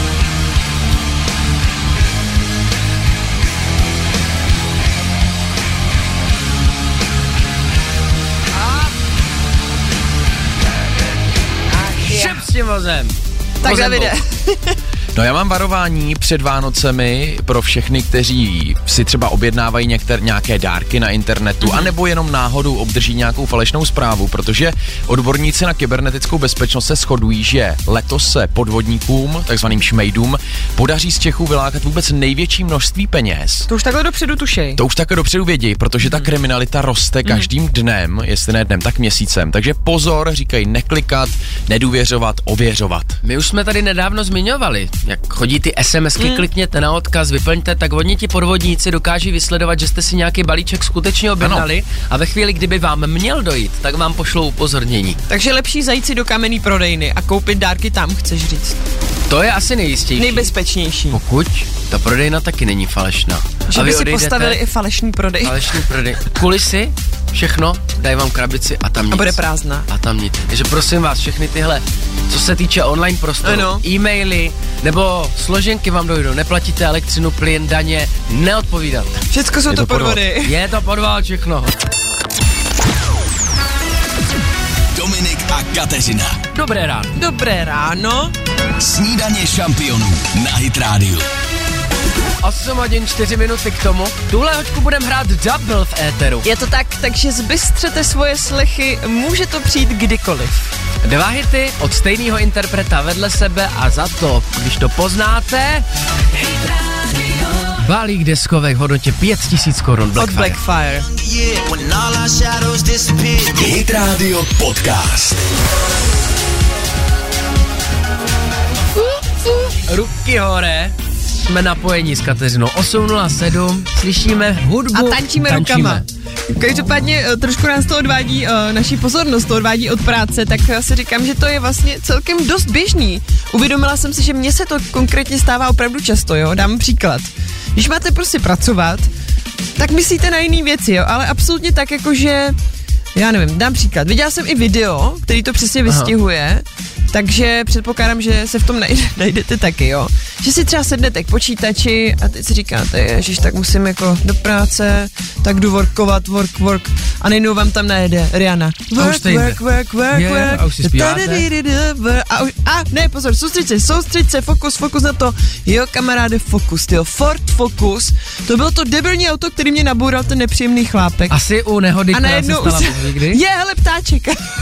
Šep s tím vozem. Tak Davide. No já mám varování před Vánocemi pro všechny, kteří si třeba objednávají některé, nějaké dárky na internetu, mm-hmm. anebo jenom náhodou obdrží nějakou falešnou zprávu, protože odborníci na kybernetickou bezpečnost se shodují, že letos se podvodníkům, takzvaným šmejdům, podaří z Čechů vylákat vůbec největší množství peněz. To už takhle dopředu tušej. To už takhle dopředu vědí, protože ta kriminalita roste každým mm-hmm. dnem, jestli ne dnem, tak měsícem. Takže pozor, říkají neklikat, nedůvěřovat, ověřovat. My už jsme tady nedávno zmiňovali, jak chodí ty SMSky, mm. klikněte na odkaz, vyplňte, tak oni ti podvodníci dokáží vysledovat, že jste si nějaký balíček skutečně objednali a ve chvíli, kdyby vám měl dojít, tak vám pošlou upozornění. Takže lepší zajít si do kamenný prodejny a koupit dárky tam, chceš říct. To je asi nejistější. Nejbezpečnější. Pokud ta prodejna taky není falešná. Že by si postavili i falešný prodej. Falešný prodej. Kulisy, všechno, dají vám krabici a tam nic. A bude prázdná. A tam nic. Takže prosím vás, všechny tyhle, co se týče online prostoru, ano. e-maily nebo složenky vám dojdou, neplatíte elektřinu, plyn, daně, neodpovídáte. Všechno jsou je to, to podvody. podvod. Je to podvod, všechno. Dominik a Kateřina. Dobré ráno. Dobré ráno. Snídaně šampionů na Hit Radio. osm hodin čtyři minuty k tomu. Tuhle hoďku budeme hrát double v éteru. Je to tak, takže zbystřete svoje slechy, může to přijít kdykoliv. Dva hity od stejného interpreta vedle sebe a za to, když to poznáte, balík deskovek v hodnotě pět tisíc korun Blackfire. Od Blackfire. Hit Radio Podcast. Ruky hore. Jsme napojení s Kateřinou. osm nula sedm, slyšíme hudbu. A tančíme, tančíme. rukama. Každopádně trošku nás to odvádí, naší pozornost to odvádí od práce, tak si říkám, že to je vlastně celkem dost běžný. Uvědomila jsem si, že mně se to konkrétně stává opravdu často, jo. Dám příklad. Když máte prostě pracovat, tak myslíte na jiný věci, jo, ale absolutně tak, jakože, já nevím, dám příklad. Viděla jsem i video, který to přesně vystihuje. Aha. Takže předpokládám, že se v tom najde, najdete taky, jo. Že si třeba sednete k počítači a teď si říkáte, ježiš, tak musím jako do práce, tak jdu workovat, work, work. A najednou vám tam najede Rihanna. Work, work, work, work, je, work. A už si zpíváte? A, už, a ne, pozor, soustřeď se, soustřeď se, fokus, fokus na to. Jo, kamaráde, fokus, jo, Ford Focus. To bylo to debilní auto, který mě naboural ten nepříjemný chlápek. Asi u nehody, která se stala někdy. Je, hele, ptáček.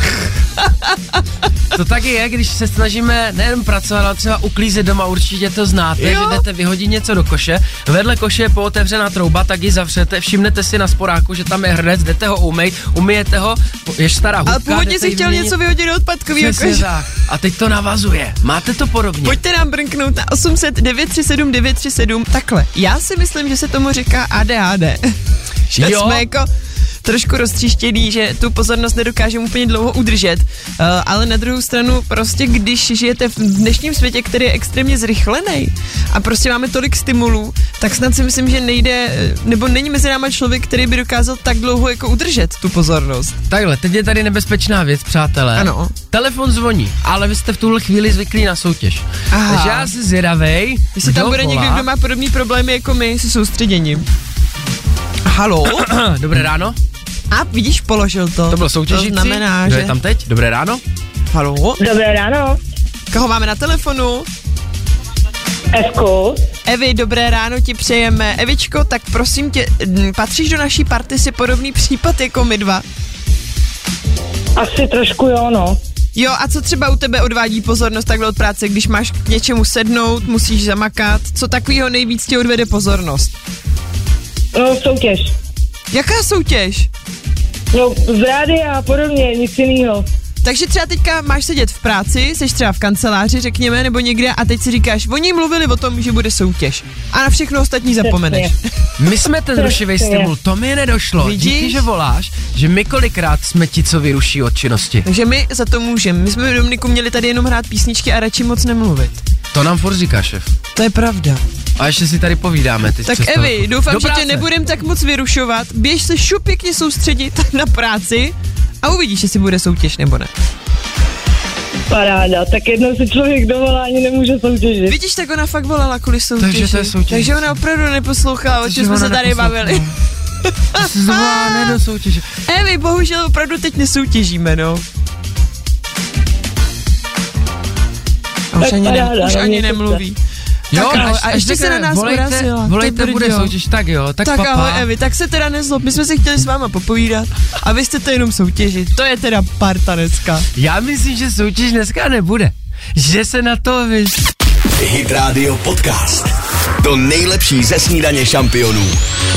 To taky je, když se snažíme nejen pracovat, ale třeba uklízet doma, určitě to znáte, jo. Že jdete vyhodit něco do koše, vedle koše je pootevřená trouba, tak ji zavřete, všimnete si na sporáku, že tam je hrnec, jdete ho umýt, umyjete ho, je stará hubka. Ale původně si chtěl něco vyhodit do odpadkového koše. A teď to navazuje. Máte to podobně? Pojďte nám brnknout na osm set devět tři sedm devět tři sedm. Takhle, já si myslím, že se tomu říká A D H D. Že jo. Jsme jako trošku roztříštěný, že tu pozornost nedokážeme úplně dlouho udržet, uh, ale na druhou stranu prostě, když žijete v dnešním světě, který je extrémně zrychlený a prostě máme tolik stimulů, tak snad si myslím, že nejde, nebo není mezi náma člověk, který by dokázal tak dlouho jako udržet tu pozornost. Takhle, teď je tady nebezpečná věc, přátelé. Ano. Telefon zvoní, ale vy jste v tuhle chvíli zvyklí na soutěž. Aha. Takže já si zvědavej. Jestli tam bude někdo, kdo má podobný problémy jako my se soustředěním. Haló? Dobré ráno. A vidíš, položil to. To bylo soutěžící. To znamená, kdo že... je tam teď? Dobré ráno. Haló? Dobré ráno. Koho máme na telefonu? Evku. Evi, dobré ráno ti přejeme. Evičko, tak prosím tě, patříš do naší party si podobný případ jako my dva? Asi trošku jo, no. Jo, a co třeba u tebe odvádí pozornost takhle od práce, když máš k něčemu sednout, musíš zamakat? Co takového nejvíc tě odvede pozornost? No, soutěž. Jaká soutěž? No, z rádia a podobně, nic jinýho. Takže třeba teďka máš sedět v práci, seš třeba v kanceláři, řekněme, nebo někde a teď si říkáš, oni mluvili o tom, že bude soutěž. A na všechno ostatní zapomeneš. My jsme ten rušivý stimul, to mi nedošlo. Vidíš? Díky, že voláš, že my kolikrát jsme ti, co vyruší od činnosti. Takže my za to můžeme. My jsme v Dominiku měli tady jenom hrát písničky a radši moc nemluvit. To nám furt říká šéf. To je pravda. A ještě si tady povídáme. Ty Tak Evi, doufám, že tě nebudem tak moc vyrušovat. Běž se šup pěkně soustředit na práci a uvidíš, jestli bude soutěž nebo ne. Paráda, tak jednou se člověk dovolá, ani nemůže soutěžit. Vidíš, tak ona fakt volala kvůli soutěži. Takže to je soutěž. Takže ona opravdu neposlouchala, o čem jsme se tady bavili. Jsi zvolala ne do soutěže. Evi, bohužel opravdu teď nesoutěžíme, no. A už ani, ne, už ani nemluví. Jo, tak, až, a ještě až se na nás volejte, urazila. Volejte, bude soutěž, tak jo, tak, tak papa. ahoj Evi, tak se teda nezlob, my jsme si chtěli s váma popovídat a vy jste to jenom soutěžit, to je teda parta dneska. Já myslím, že soutěž dneska nebude, že se na to víš. Hit Radio Podcast. To nejlepší ze snídaně šampionů.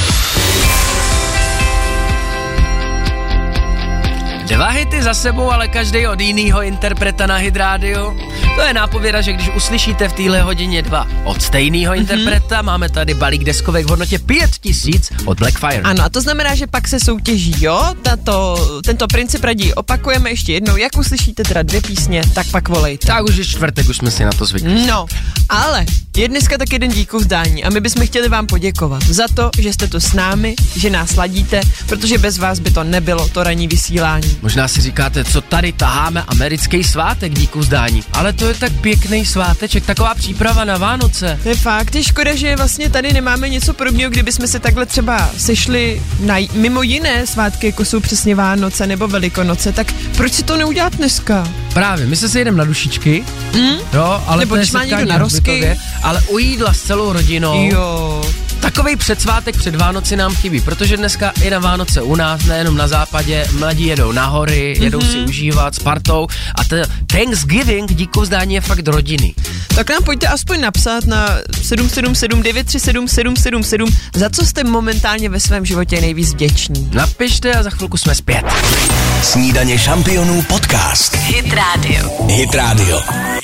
Dva hity za sebou, ale každý od jinýho interpreta na Hit Radio. To je nápověda, že když uslyšíte v téhle hodině dva od stejného mm-hmm. interpreta, máme tady balík deskovek v hodnotě pět tisíc od Blackfire. Ano, a to znamená, že pak se soutěží, jo? Tato, tento princip raději opakujeme ještě jednou. Jak uslyšíte teda dvě písně, tak pak volejte. Tak už je čtvrtek, už jsme si na to zvykli. No, ale je dneska tak jeden díku vzdání a my bychom chtěli vám poděkovat za to, že jste tu s námi, že nás ladíte, protože bez vás by to nebylo, to ranní vysílání. Možná si říkáte, co tady taháme americký svátek díku vzdání, ale to je tak pěkný sváteček, taková příprava na Vánoce. To je fakt, je škoda, že vlastně tady nemáme něco podobného, kdybychom se takhle třeba sešli na mimo jiné svátky, jako jsou přesně Vánoce nebo Velikonoce, tak proč si to neudělat dneska? Právě, my se sejdeme na dušičky, mm? jo, ale nebo když má někdo narozky, ale u jídla s celou rodinou. Jo. Takovej předsvátek před Vánoci nám chybí, protože dneska i na Vánoce u nás, nejenom na západě, mladí jedou na hory, jedou mm-hmm. si užívat s partou a ten Thanksgiving díku vzdání je fakt rodiny. Tak nám pojďte aspoň napsat na sedm sedm sedm devět tři sedm sedm sedm sedm, za co jste momentálně ve svém životě nejvíc vděční. Napište a za chvilku jsme zpět. Snídaně šampionů podcast. Hit Radio. Hit Radio.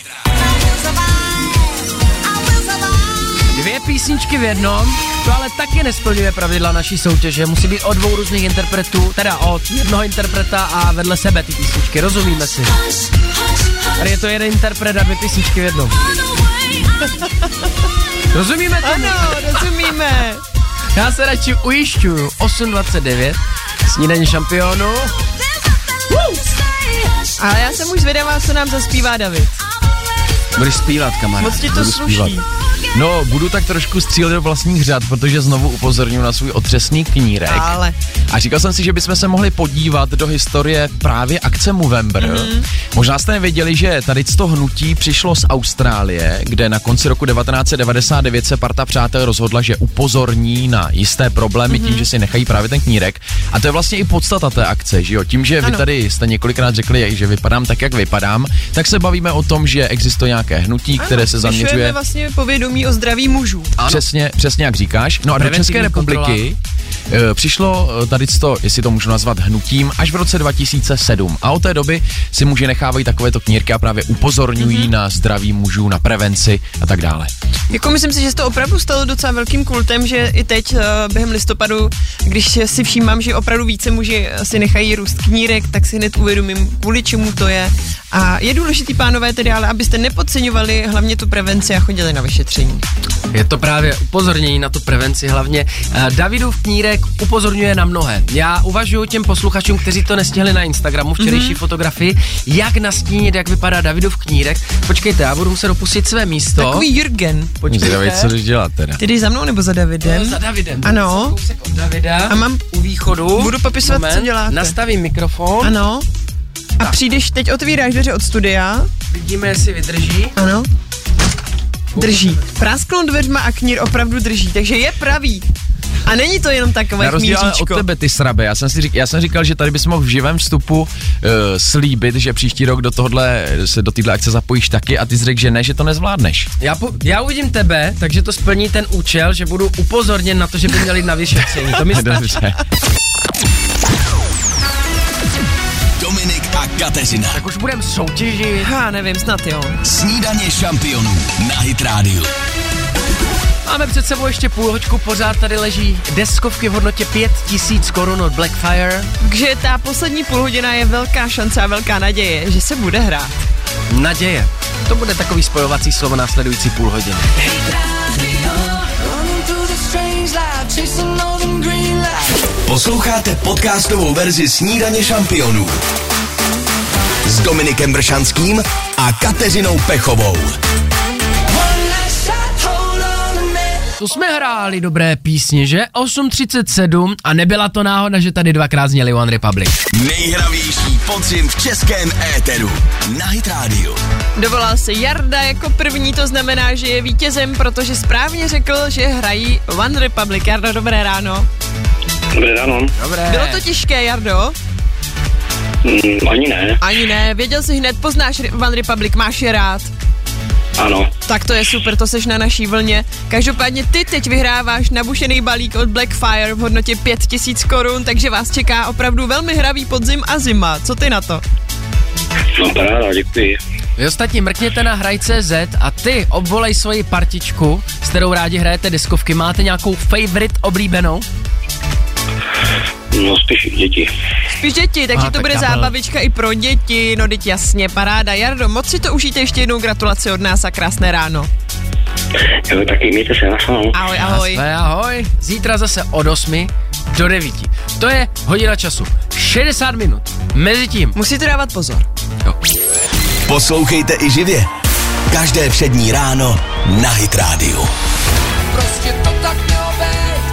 Dvě písničky v jednom, to ale taky nesplňuje pravidla naší soutěže, musí být od dvou různých interpretů, teda od jednoho interpreta a vedle sebe ty písničky, rozumíme si. Tady je to jeden interpret a dvě písničky v jednom. Rozumíme to? Ano, rozumíme. Já se radši ujišťuju, osm dvacet devět, snídaně šampionu. Ale já jsem už zvědavá, co nám zaspívá David. Budeš zpívat, kamarád. Moc ti to Budu sluší. zpívat. No, budu tak trošku střílet do vlastních řad, protože znovu upozorňuji na svůj otřesný knírek. Ale. A říkal jsem si, že bychom se mohli podívat do historie právě akce Movember. Mm-hmm. Možná jste nevěděli, že tady to hnutí přišlo z Austrálie, kde na konci roku devatenáct set devadesát devět se parta přátel rozhodla, že upozorní na jisté problémy mm-hmm. tím, že si nechají právě ten knírek. A to je vlastně i podstata té akce, že jo? Tím, že vy ano. tady jste několikrát řekli, že vypadám tak, jak vypadám, tak se bavíme o tom, že existuje nějaké hnutí, ano, které se zaměřuje vlastně povědomí o zdraví mužů. Přesně, přesně jak říkáš. No a do České republiky e, přišlo tady to, jestli to můžu nazvat hnutím, až v roce dva tisíce sedm. A od té doby si muži nechávají takovéto knírky a právě upozorňují mm-hmm. na zdraví mužů, na prevenci a tak dále. Jako myslím si, že se to opravdu stalo docela velkým kultem, že i teď uh, během listopadu, když si všímám, že opravdu více muži si nechají růst knírek, tak si hned uvědomím, kvůli čemu to je. A je důležitý, pánové, tedy ale abyste nepodceňovali hlavně tu prevenci a chodili na vyšetření. Je to právě upozornění na tu prevenci hlavně. Davidův knírek upozorňuje na mnohé. Já uvažuji těm posluchačům, kteří to nestihli na Instagramu, včerejší mm-hmm. fotografii, jak nastínit, jak vypadá Davidův knírek. Počkejte, já budu muset dopustit své místo. Takový Jürgen. Počkejte. Co jdeš dělat teda? Ty jdeš za mnou nebo za Davidem? No, za Davidem. Ano. Kousek od Davida. A mám u východu. Budu popisovat, Moment, co děláte. Nastavím mikrofon. Ano. A tak. Přijdeš, teď otvíráš dveře od studia. Vidíme, jestli vydrží. Ano. Drží. Prásknou dveřma a knír opravdu drží, takže je pravý. A není to jenom takové Na rozdíl ale chmíříčko. od tebe, ty srabe. Já jsem si řík, já jsem říkal, že tady bys mohl v živém vstupu uh, slíbit, že příští rok do tohohle, se do téhle akce zapojíš taky a ty jsi řekl, že ne, že to nezvládneš. Já, po, já uvidím tebe, takže to splní ten účel, že budu upozorněn na to, že by měli na vyšetření. To mi stačí. Dominik a Kateřina. Tak už budeme soutěžit. Já nevím, snad jo. Snídaně šampionů na Hit Radio. Máme před sebou ještě půl hoďku, pořád tady leží deskovky v hodnotě pět tisíc korun od Blackfire. Takže ta poslední půl hodina je velká šance a velká naděje, že se bude hrát. Naděje. To bude takový spojovací slovo následující půl hodiny. Posloucháte podcastovou verzi Snídaně šampionů s Dominikem Bršanským a Kateřinou Pechovou. Tu jsme hráli dobré písně, že? osm třicet sedm a nebyla to náhoda, že tady dvakrát zněli One Republic. Nejhravější podzim v českém éteru na Hit Radio. Dovolal se Jarda jako první, to znamená, že je vítězem, protože správně řekl, že hrají One Republic. Jardo, dobré ráno. Dobré ráno. Dobré. Bylo to těžké, Jardo? Mm, ani ne. Ani ne, věděl jsi hned, poznáš One Republic, máš je rád. Ano. Tak to je super, to seš na naší vlně. Každopádně ty teď vyhráváš nabušený balík od Blackfire v hodnotě pět tisíc korun, takže vás čeká opravdu velmi hravý podzim a zima. Co ty na to? No paráda, děkuji. Vy ostatní mrkněte na hraj tečka cé zet a ty obvolej svoji partičku, s kterou rádi hrajete deskovky. Máte nějakou favorite oblíbenou? No spíš děti. Spíš děti, takže A, to tak bude já byl. zábavička i pro děti, no teď jasně, paráda. Jardo, moc si to užijte, ještě jednou gratulaci od nás a krásné ráno. Jo, taky mějte se na shledanou. Ahoj, ahoj. Ahoj, ahoj. Zítra zase od osmi do devíti. To je hodina času. šedesát minut. Mezitím. Musíte dávat pozor. Jo. Poslouchejte i živě. Každé všední ráno na Hit Radio. Prostě to tak mělo být.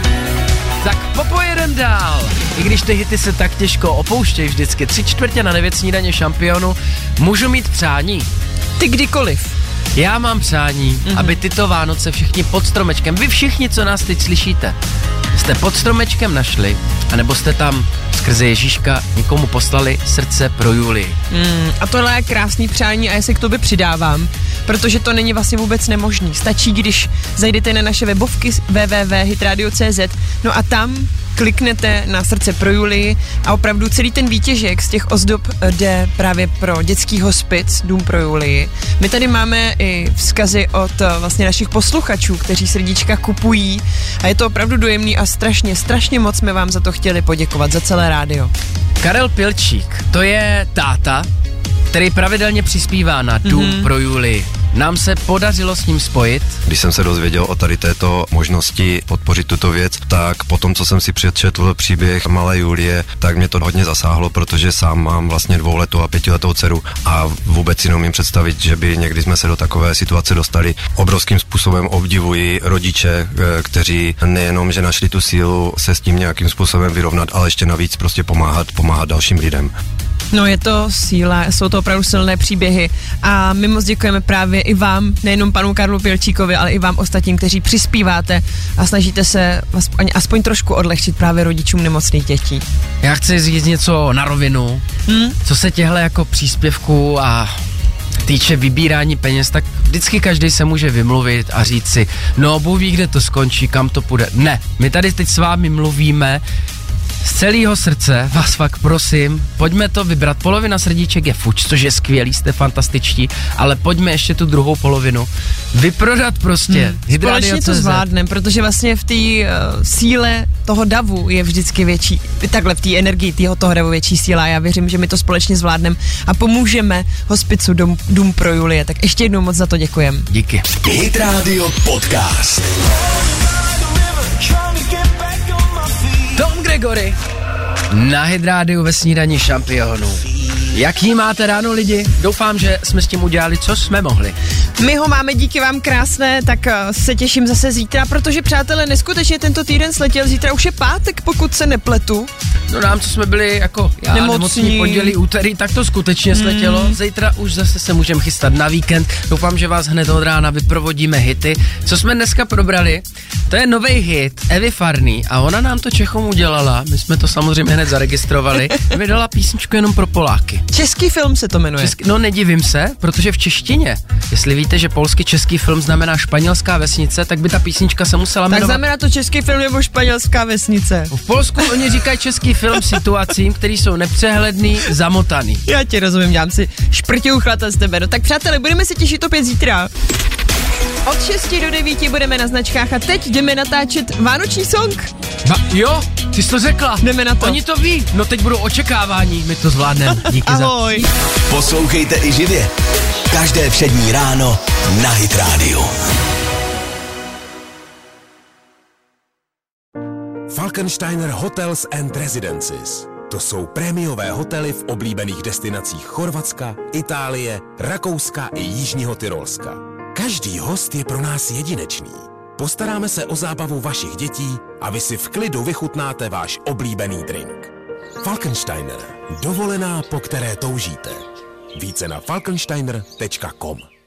Tak popojedem dál. I když ty hity se tak těžko opouštějí vždycky, tři čtvrtě na devět Snídaně šampionu, můžu mít přání. Ty kdykoliv. Já mám přání, mm-hmm. aby tyto Vánoce všichni pod stromečkem, vy všichni, co nás teď slyšíte, jste pod stromečkem našli, anebo jste tam skrze Ježíška někomu poslali srdce pro Julii. Mm, a tohle je krásný přání a já se k tobě přidávám, protože to není vlastně vůbec nemožný. Stačí, když zajdete na naše webovky w w w tečka hitradio tečka cé zet, no a tam kliknete na srdce pro Julii a opravdu celý ten výtěžek z těch ozdob jde právě pro dětský hospic Dům pro Julii. My tady máme i vzkazy od vlastně našich posluchačů, kteří srdíčka kupují a je to opravdu dojemný a strašně, strašně moc jsme vám za to chtěli poděkovat, za celé rádio. Karel Pilčík, to je táta, který pravidelně přispívá na Dům mm-hmm. pro Julii. Nám se podařilo s ním spojit. Když jsem se dozvěděl o tady této možnosti podpořit tuto věc, tak potom, co jsem si přečetl příběh malé Julie, tak mě to hodně zasáhlo, protože sám mám vlastně dvouletou a pětiletou dceru a vůbec si neumím představit, že by někdy jsme se do takové situace dostali. Obrovským způsobem obdivuji rodiče, kteří nejenom, že našli tu sílu se s tím nějakým způsobem vyrovnat, ale ještě navíc prostě pomáhat, pomáhat dalším lidem. No je to síla, jsou to opravdu silné příběhy a my moc děkujeme právě i vám, nejenom panu Karlu Pilčíkovi, ale i vám ostatním, kteří přispíváte a snažíte se aspoň, aspoň trošku odlehčit právě rodičům nemocných dětí. Já chci říct něco na rovinu, hmm? co se těhle jako příspěvků a týče vybírání peněz, tak vždycky každý se může vymluvit a říct si, no Bůh ví, kde to skončí, kam to půjde. Ne, my tady teď s vámi mluvíme z celého srdce, vás fakt prosím, pojďme to vybrat. Polovina srdíček je fuč, což je skvělý, jste fantastičtí, ale pojďme ještě tu druhou polovinu vyprodat prostě. Hmm. Společně to zvládneme, protože vlastně v té uh, síle toho davu je vždycky větší, takhle v té energii týho toho davu větší síla. Já věřím, že my to společně zvládneme a pomůžeme hospicu Dům, Dům pro Julie. Tak ještě jednou moc za to děkujem. Díky. Hit Radio Podcast. Tom Gregory na Hit Radio ve Snídani šampionů. Jaký máte ráno lidi? Doufám, že jsme s tím udělali, co jsme mohli. My ho máme díky vám krásné, tak uh, se těším zase zítra, protože přátelé, neskutečně tento týden sletěl, zítra už je pátek, pokud se nepletu. No nám, co jsme byli jako já, Nemocní. nemocní pondělí, úterý, tak to skutečně Mm. sletělo. Zítra už zase se můžeme chystat na víkend. Doufám, že vás hned od rána vyprovodíme hity. Co jsme dneska probrali, to je nový hit Evy Farný a ona nám to Čechům udělala. My jsme to samozřejmě hned zaregistrovali. Vydala písničku jenom pro Poláky. Český film se to jmenuje. Český, no nedivím se, protože v češtině, jestli víte, že polsky český film znamená španělská vesnice, tak by ta písnička se musela Tak jmenovat. znamená to český film nebo španělská vesnice? V Polsku oni říkají český film situacím, který jsou nepřehledný, zamotaný. Já ti rozumím, dělám si šprťou chlata z tebe. No tak přátelé, budeme se těšit opět zítra. Od šesti do devíti budeme na značkách a teď jdeme natáčet vánoční song. Va, jo, ty jsi to řekla. Jdeme na to. Oni to ví. No teď budou očekávání, my to zvládneme. Díky Ahoj. za... Poslouchejte i živě. Každé všední ráno na Hit Radio. Falkensteiner Hotels and Residences. To jsou prémiové hotely v oblíbených destinacích Chorvatska, Itálie, Rakouska i Jižního Tyrolska. Každý host je pro nás jedinečný. Postaráme se o zábavu vašich dětí a vy si v klidu vychutnáte váš oblíbený drink. Falkensteiner. Dovolená, po které toužíte. Více na falkensteiner tečka com.